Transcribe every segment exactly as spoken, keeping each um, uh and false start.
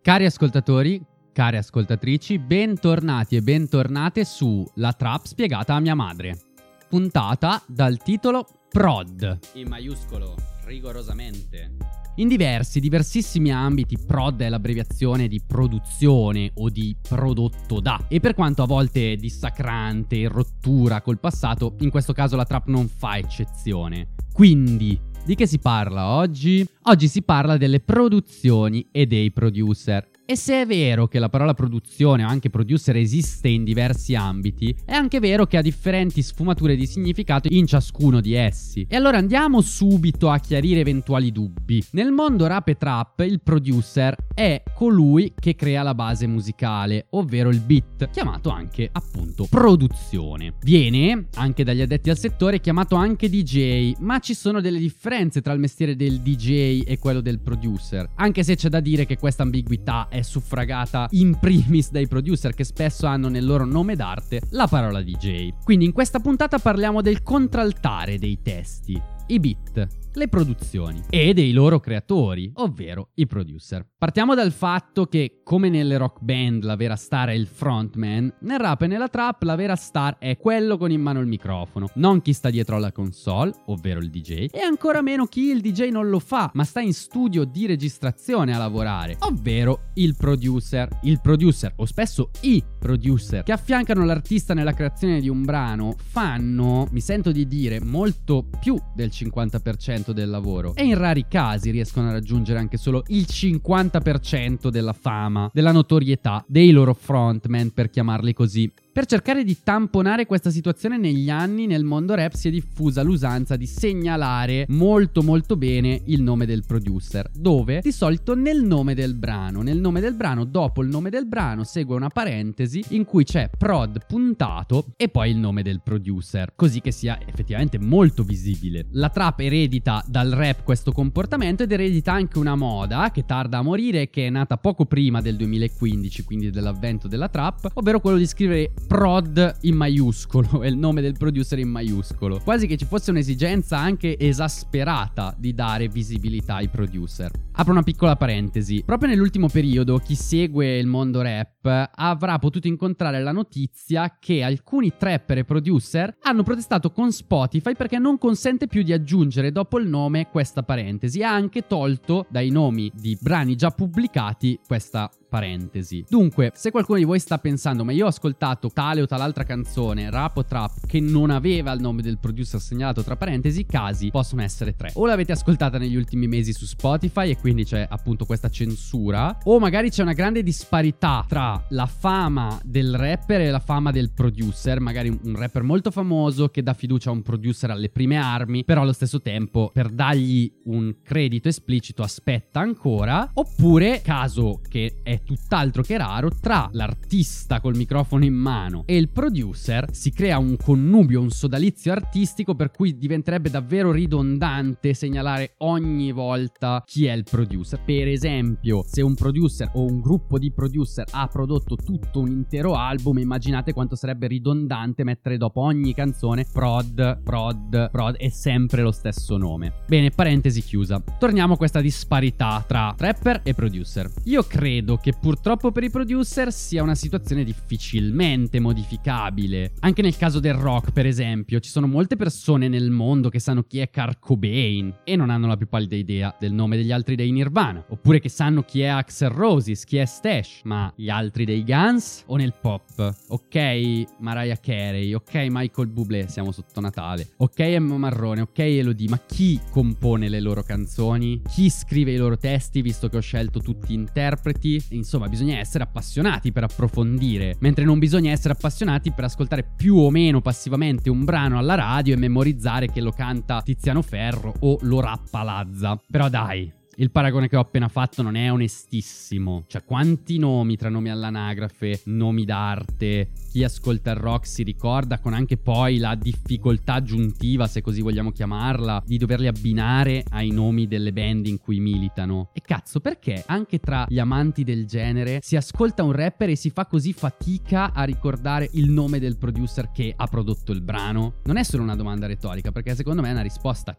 Cari ascoltatori, care ascoltatrici, bentornati e bentornate su La Trap spiegata a mia madre. Puntata dal titolo Prod, in maiuscolo, rigorosamente. In diversi, diversissimi ambiti, prod è l'abbreviazione di produzione o di prodotto da. E per quanto a volte è dissacrante, in rottura col passato, in questo caso la trap non fa eccezione. Quindi, di che si parla oggi? Oggi si parla delle produzioni e dei producer. E se è vero che la parola produzione o anche producer esiste in diversi ambiti, è anche vero che ha differenti sfumature di significato in ciascuno di essi. E allora andiamo subito a chiarire eventuali dubbi. Nel mondo rap e trap, il producer è colui che crea la base musicale, ovvero il beat, chiamato anche appunto produzione. Viene, anche dagli addetti al settore, chiamato anche D J, ma ci sono delle differenze tra il mestiere del D J e quello del producer, anche se c'è da dire che questa ambiguità è suffragata in primis dai producer, che spesso hanno nel loro nome d'arte la parola D J. Quindi in questa puntata parliamo del contraltare dei testi, i beat, le produzioni e dei loro creatori, ovvero i producer. Partiamo dal fatto che, come nelle rock band la vera star è il frontman, nel rap e nella trap la vera star è quello con in mano il microfono, non chi sta dietro alla console, ovvero il D J, e ancora meno chi il D J non lo fa, ma sta in studio di registrazione a lavorare, ovvero il producer. Il producer, o spesso i producer, che affiancano l'artista nella creazione di un brano, fanno, mi sento di dire, molto più del cinquanta per cento del lavoro, e in rari casi riescono a raggiungere anche solo il cinquanta per cento della fama, della notorietà dei loro frontman, per chiamarli così. Per cercare di tamponare questa situazione, negli anni nel mondo rap si è diffusa l'usanza di segnalare molto molto bene il nome del producer, dove di solito nel nome del brano, nel nome del brano, dopo il nome del brano segue una parentesi in cui c'è prod puntato e poi il nome del producer, così che sia effettivamente molto visibile. La trap eredita dal rap questo comportamento ed eredita anche una moda che tarda a morire e che è nata poco prima del duemilaquindici, quindi dell'avvento della trap, ovvero quello di scrivere prod in maiuscolo e il nome del producer in maiuscolo, quasi che ci fosse un'esigenza anche esasperata di dare visibilità ai producer. Apro una piccola parentesi: proprio nell'ultimo periodo chi segue il mondo rap avrà potuto incontrare la notizia che alcuni trapper e producer hanno protestato con Spotify perché non consente più di aggiungere dopo il nome questa parentesi, e ha anche tolto dai nomi di brani già pubblicati questa parentesi. Dunque, se qualcuno di voi sta pensando ma io ho ascoltato tale o tal'altra canzone, rap o trap, che non aveva il nome del producer segnalato tra parentesi, i casi possono essere tre: o l'avete ascoltata negli ultimi mesi su Spotify e quindi c'è appunto questa censura, o magari c'è una grande disparità tra la fama del rapper e la fama del producer, magari un rapper molto famoso che dà fiducia a un producer alle prime armi, però allo stesso tempo per dargli un credito esplicito aspetta ancora, oppure, caso che è tutt'altro che raro, tra l'artista col microfono in mano e il producer si crea un connubio, un sodalizio artistico per cui diventerebbe davvero ridondante segnalare ogni volta chi è il producer. Per esempio, se un producer o un gruppo di producer ha prodotto tutto un intero album, immaginate quanto sarebbe ridondante mettere dopo ogni canzone prod, prod, prod e sempre lo stesso nome. Bene, parentesi chiusa. Torniamo a questa disparità tra rapper e producer. Io credo che purtroppo per i producer sia una situazione difficilmente modificabile. Anche nel caso del rock, per esempio, ci sono molte persone nel mondo che sanno chi è Kurt Cobain e non hanno la più pallida idea del nome degli altri dei Nirvana, oppure che sanno chi è Axl Rose, chi è Stash, ma gli altri dei Guns? O nel pop, ok Mariah Carey, ok Michael Bublé, siamo sotto Natale, ok Emma Marrone, ok Elodie, ma chi compone le loro canzoni? Chi scrive i loro testi, visto che ho scelto tutti interpreti? Insomma, bisogna essere appassionati per approfondire, mentre non bisogna essere appassionati per ascoltare più o meno passivamente un brano alla radio e memorizzare che lo canta Tiziano Ferro o lo rappa Lazza. Però dai, il paragone che ho appena fatto non è onestissimo. Cioè, quanti nomi tra nomi all'anagrafe, nomi d'arte, chi ascolta il rock si ricorda, con anche poi la difficoltà aggiuntiva, se così vogliamo chiamarla, di doverli abbinare ai nomi delle band in cui militano. E cazzo, perché anche tra gli amanti del genere si ascolta un rapper e si fa così fatica a ricordare il nome del producer che ha prodotto il brano? Non è solo una domanda retorica, perché secondo me una risposta c'è.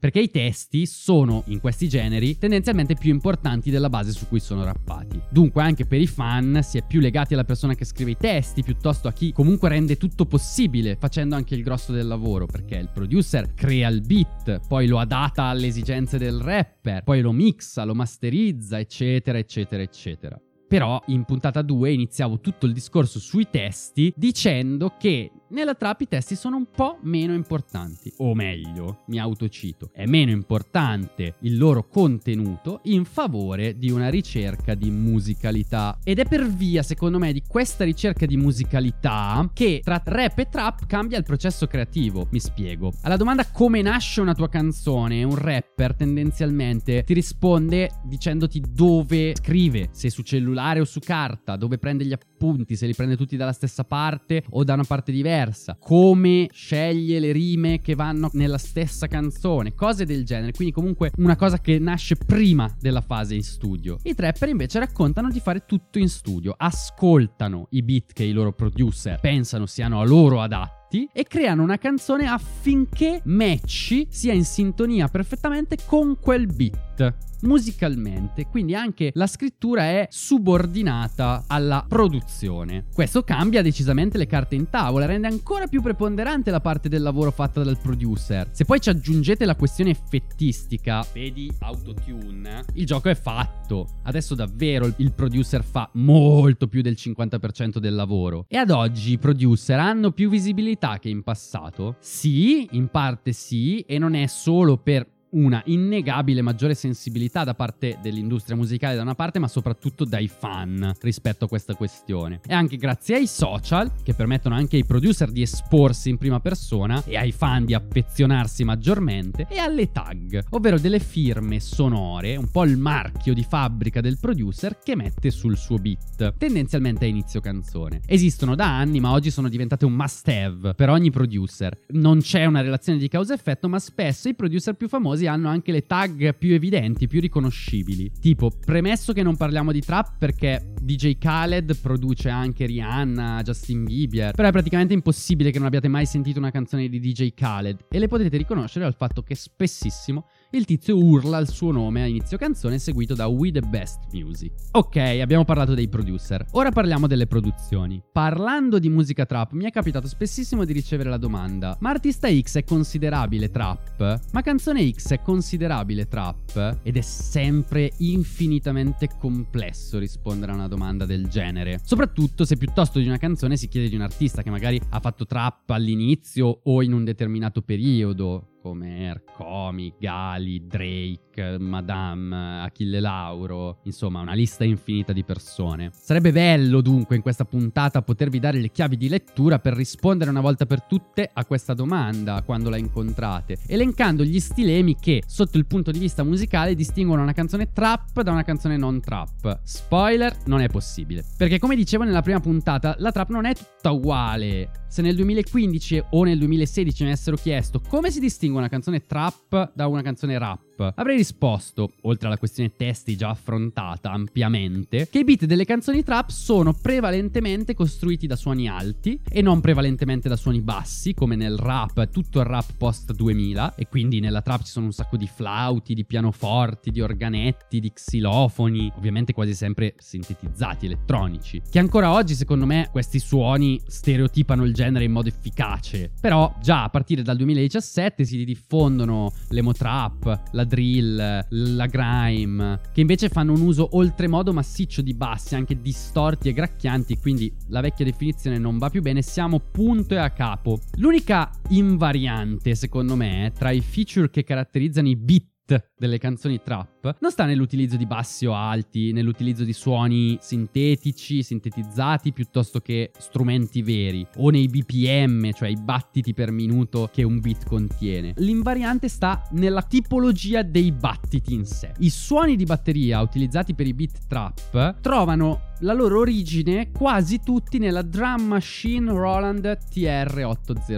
perché i testi sono, in questi generi, tendenzialmente più importanti della base su cui sono rappati. Dunque anche per i fan si è più legati alla persona che scrive i testi piuttosto a chi comunque rende tutto possibile, facendo anche il grosso del lavoro, perché il producer crea il beat, poi lo adatta alle esigenze del rapper, poi lo mixa, lo masterizza, eccetera, eccetera, eccetera. Però in puntata due iniziavo tutto il discorso sui testi dicendo che nella trap i testi sono un po' meno importanti, o meglio, mi autocito, è meno importante il loro contenuto in favore di una ricerca di musicalità. Ed è per via, secondo me, di questa ricerca di musicalità che tra rap e trap cambia il processo creativo. Mi spiego. Alla domanda come nasce una tua canzone, un rapper tendenzialmente ti risponde dicendoti dove scrive, se su cellulare o su carta, dove prende gli appunti, se li prende tutti dalla stessa parte o da una parte diversa, come sceglie le rime che vanno nella stessa canzone, cose del genere. Quindi comunque una cosa che nasce prima della fase in studio. I trapper invece raccontano di fare tutto in studio, ascoltano i beat che i loro producer pensano siano a loro adatti e creano una canzone affinché matchi, sia in sintonia perfettamente con quel beat musicalmente. Quindi anche la scrittura è subordinata alla produzione. Questo cambia decisamente le carte in tavola, rende ancora più preponderante la parte del lavoro fatta dal producer. Se poi ci aggiungete la questione effettistica, vedi autotune, il gioco è fatto. Adesso davvero il producer fa molto più del cinquanta per cento del lavoro. E ad oggi i producer hanno più visibilità che in passato? Sì, in parte sì, e non è solo per una innegabile maggiore sensibilità da parte dell'industria musicale da una parte, ma soprattutto dai fan rispetto a questa questione. E anche grazie ai social, che permettono anche ai producer di esporsi in prima persona e ai fan di affezionarsi maggiormente, e alle tag, ovvero delle firme sonore, un po' il marchio di fabbrica del producer che mette sul suo beat, tendenzialmente a inizio canzone. Esistono da anni, ma oggi sono diventate un must have per ogni producer. Non c'è una relazione di causa-effetto, ma spesso i producer più famosi hanno anche le tag più evidenti, più riconoscibili. Tipo, premesso che non parliamo di trap perché D J Khaled produce anche Rihanna, Justin Bieber, però è praticamente impossibile che non abbiate mai sentito una canzone di D J Khaled, e le potete riconoscere dal fatto che spessissimo il tizio urla il suo nome a inizio canzone seguito da We The Best Music. Ok, abbiamo parlato dei producer, ora parliamo delle produzioni. Parlando di musica trap mi è capitato spessissimo di ricevere la domanda: ma artista X è considerabile trap? Ma canzone X è considerabile trap? Ed è sempre infinitamente complesso rispondere a una domanda del genere, soprattutto se piuttosto di una canzone si chiede di un artista che magari ha fatto trap all'inizio o in un determinato periodo, come Ercomi, Gali, Drake, Madame, Achille Lauro, insomma una lista infinita di persone. Sarebbe bello dunque in questa puntata potervi dare le chiavi di lettura per rispondere una volta per tutte a questa domanda quando la incontrate, elencando gli stilemi che sotto il punto di vista musicale distinguono una canzone trap da una canzone non trap. Spoiler, non è possibile, perché come dicevo nella prima puntata, la trap non è tutta uguale. Se nel duemilaquindici o nel duemilasedici mi avessero chiesto come si distingue una canzone trap da una canzone rap, avrei risposto, oltre alla questione testi già affrontata ampiamente, che i beat delle canzoni trap sono prevalentemente costruiti da suoni alti e non prevalentemente da suoni bassi, come nel rap, tutto il rap post duemila, e quindi nella trap ci sono un sacco di flauti, di pianoforti, di organetti, di xilofoni, ovviamente quasi sempre sintetizzati, elettronici, che ancora oggi secondo me questi suoni stereotipano il genere in modo efficace. Però già a partire dal duemiladiciassette si diffondono l'emo trap, la drill, la grime, che invece fanno un uso oltremodo massiccio di bassi, anche distorti e gracchianti, quindi la vecchia definizione non va più bene, siamo punto e a capo. L'unica invariante, secondo me, tra i feature che caratterizzano i beat delle canzoni trap non sta nell'utilizzo di bassi o alti, nell'utilizzo di suoni sintetici, sintetizzati piuttosto che strumenti veri, o nei B P M, cioè i battiti per minuto che un beat contiene. L'invariante sta nella tipologia dei battiti in sé. I suoni di batteria utilizzati per i beat trap trovano la loro origine quasi tutti nella Drum Machine Roland T R ottocentootto.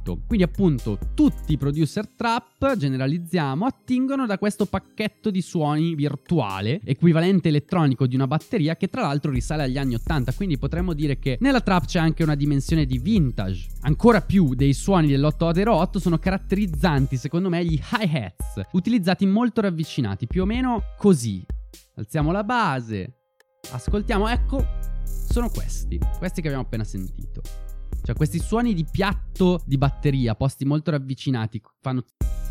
tutto. Quindi appunto tutti i producer trap, generalizziamo, attingono da questo pacchetto di suoni virtuale, equivalente elettronico di una batteria, che tra l'altro risale agli anni ottanta, quindi potremmo dire che nella trap c'è anche una dimensione di vintage. Ancora più dei suoni dell'otto zero otto sono caratterizzanti secondo me gli hi-hats, utilizzati molto ravvicinati, più o meno così. Alziamo la base, ascoltiamo, ecco, sono questi, questi che abbiamo appena sentito. Cioè questi suoni di piatto di batteria posti molto ravvicinati fanno...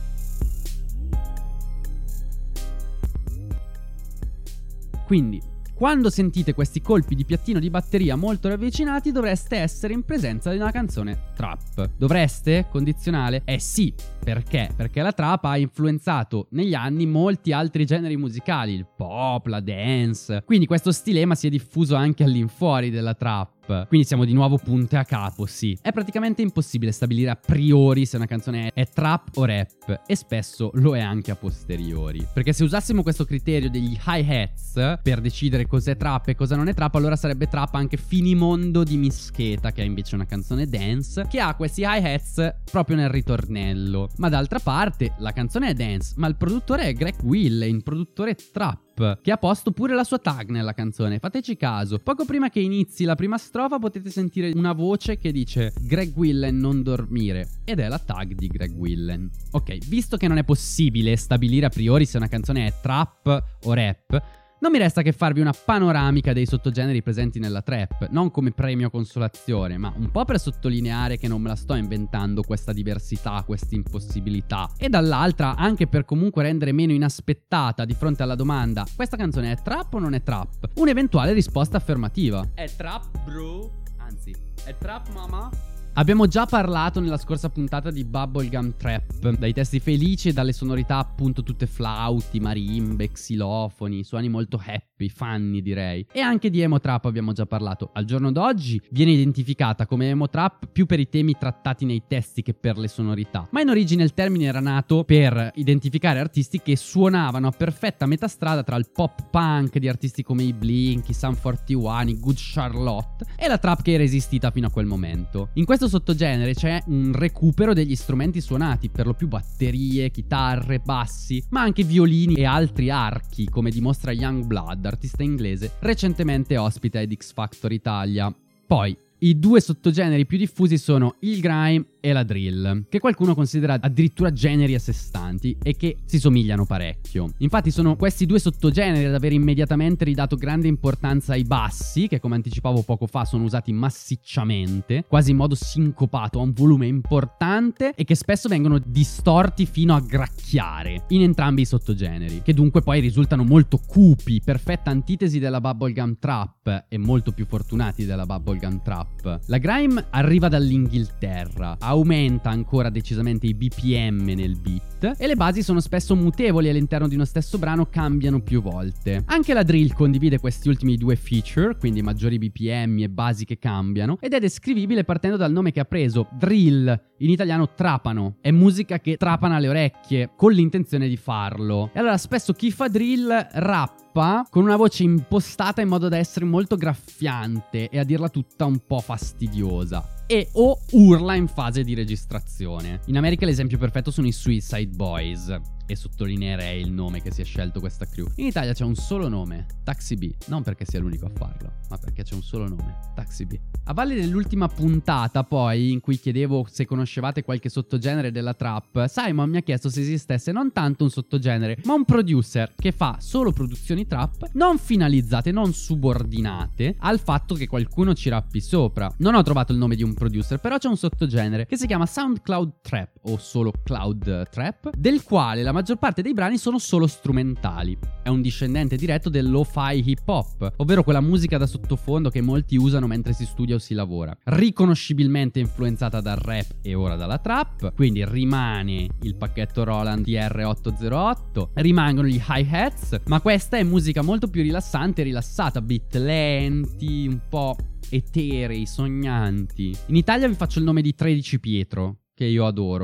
Quindi quando sentite questi colpi di piattino di batteria molto ravvicinati dovreste essere in presenza di una canzone trap. Dovreste? Condizionale? Eh sì, perché? Perché la trap ha influenzato negli anni molti altri generi musicali, il pop, la dance, quindi questo stilema si è diffuso anche all'infuori della trap. Quindi siamo di nuovo punte a capo, sì. È praticamente impossibile stabilire a priori se una canzone è trap o rap, e spesso lo è anche a posteriori. Perché se usassimo questo criterio degli hi-hats per decidere cos'è trap e cosa non è trap, allora sarebbe trap anche Finimondo di Mischeta, che è invece una canzone dance, che ha questi hi-hats proprio nel ritornello. Ma d'altra parte, la canzone è dance, ma il produttore è Greg Willen, produttore trap, che ha posto pure la sua tag nella canzone. Fateci caso, poco prima che inizi la prima strofa potete sentire una voce che dice Greg Willen non dormire, ed è la tag di Greg Willen. Ok, visto che non è possibile stabilire a priori se una canzone è trap o rap, non mi resta che farvi una panoramica dei sottogeneri presenti nella trap, non come premio consolazione, ma un po' per sottolineare che non me la sto inventando questa diversità, questa impossibilità, e dall'altra anche per comunque rendere meno inaspettata di fronte alla domanda questa canzone è trap o non è trap, un'eventuale risposta affermativa. È trap, bro? Anzi, è trap, mama? Abbiamo già parlato nella scorsa puntata di Bubblegum Trap, dai testi felici e dalle sonorità appunto tutte flauti, marimbe, xilofoni, suoni molto happy, funny direi. E anche di emo trap abbiamo già parlato. Al giorno d'oggi viene identificata come emo trap più per i temi trattati nei testi che per le sonorità. Ma in origine il termine era nato per identificare artisti che suonavano a perfetta metà strada tra il pop punk di artisti come i Blink, i Sum quarantuno, i Good Charlotte e la trap che era esistita fino a quel momento. In questo sottogenere c'è un recupero degli strumenti suonati, per lo più batterie, chitarre, bassi, ma anche violini e altri archi, come dimostra Youngblood, artista inglese recentemente ospite ad X Factor Italia. Poi i due sottogeneri più diffusi sono il grime e la drill, che qualcuno considera addirittura generi a sé stanti e che si somigliano parecchio. Infatti sono questi due sottogeneri ad aver immediatamente ridato grande importanza ai bassi, che come anticipavo poco fa sono usati massicciamente, quasi in modo sincopato, a un volume importante, e che spesso vengono distorti fino a gracchiare in entrambi i sottogeneri, che dunque poi risultano molto cupi, perfetta antitesi della bubblegum trap e molto più fortunati della bubblegum trap. La grime arriva dall'Inghilterra, aumenta ancora decisamente i B P M nel beat e le basi sono spesso mutevoli all'interno di uno stesso brano, cambiano più volte. Anche la drill condivide questi ultimi due feature, quindi maggiori B P M e basi che cambiano, ed è descrivibile partendo dal nome che ha preso, drill, in italiano trapano, è musica che trapana le orecchie con l'intenzione di farlo. E allora spesso chi fa drill rappa con una voce impostata in modo da essere molto graffiante e a dirla tutta un po' fastidiosa, e o urla in fase di registrazione. In America l'esempio perfetto sono i Suicide Boys, e sottolineerei il nome che si è scelto questa crew. In Italia c'è un solo nome, Taxi B, non perché sia l'unico a farlo, ma perché c'è un solo nome, Taxi B. A valle dell'ultima puntata poi, in cui chiedevo se conoscevate qualche sottogenere della trap, Simon mi ha chiesto se esistesse non tanto un sottogenere, ma un producer che fa solo produzioni trap non finalizzate, non subordinate al fatto che qualcuno ci rappi sopra. Non ho trovato il nome di un producer, però c'è un sottogenere che si chiama SoundCloud Trap, o solo Cloud Trap, del quale la maggior parte dei brani sono solo strumentali. È un discendente diretto del lo-fi hip hop, ovvero quella musica da sottofondo che molti usano mentre si studia o si lavora. Riconoscibilmente influenzata dal rap e ora dalla trap, quindi rimane il pacchetto Roland D R otto zero otto, rimangono gli hi-hats, ma questa è musica molto più rilassante e rilassata, beat lenti, un po' eterei, sognanti. In Italia vi faccio il nome di tredici Pietro, che io adoro,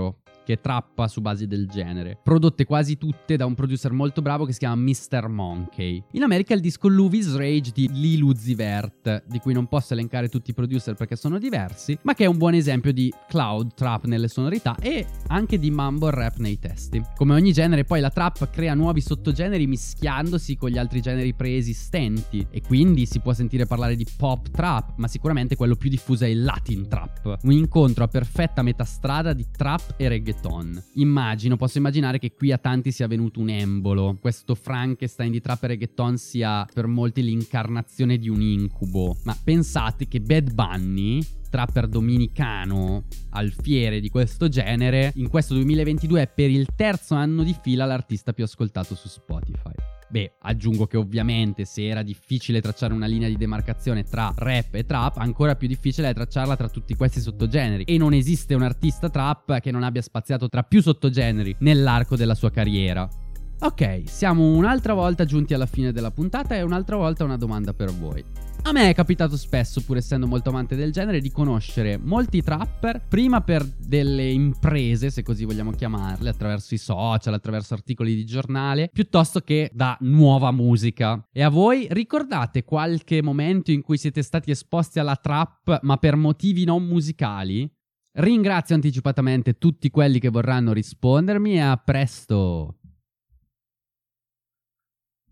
che trappa su basi del genere, prodotte quasi tutte da un producer molto bravo che si chiama mister Monkey. In America il disco Luvis Rage di Lil Uzi Vert, di cui non posso elencare tutti i producer perché sono diversi, ma che è un buon esempio di cloud trap nelle sonorità e anche di mumble rap nei testi. Come ogni genere, poi la trap crea nuovi sottogeneri mischiandosi con gli altri generi preesistenti, e quindi si può sentire parlare di pop trap, ma sicuramente quello più diffuso è il Latin trap, un incontro a perfetta metà strada di trap e reggaeton. Immagino, posso immaginare che qui a tanti sia venuto un embolo, questo Frankenstein di trap e reggaeton sia per molti l'incarnazione di un incubo, ma pensate che Bad Bunny, trapper dominicano alfiere di questo genere, in questo duemilaventidue è per il terzo anno di fila l'artista più ascoltato su Spotify. Beh, aggiungo che ovviamente se era difficile tracciare una linea di demarcazione tra rap e trap, ancora più difficile è tracciarla tra tutti questi sottogeneri, e non esiste un artista trap che non abbia spaziato tra più sottogeneri nell'arco della sua carriera. Ok, siamo un'altra volta giunti alla fine della puntata e un'altra volta una domanda per voi. A me è capitato spesso, pur essendo molto amante del genere, di conoscere molti trapper, prima per delle imprese, se così vogliamo chiamarle, attraverso i social, attraverso articoli di giornale, piuttosto che da nuova musica. E a voi ricordate qualche momento in cui siete stati esposti alla trap, ma per motivi non musicali? Ringrazio anticipatamente tutti quelli che vorranno rispondermi e a presto!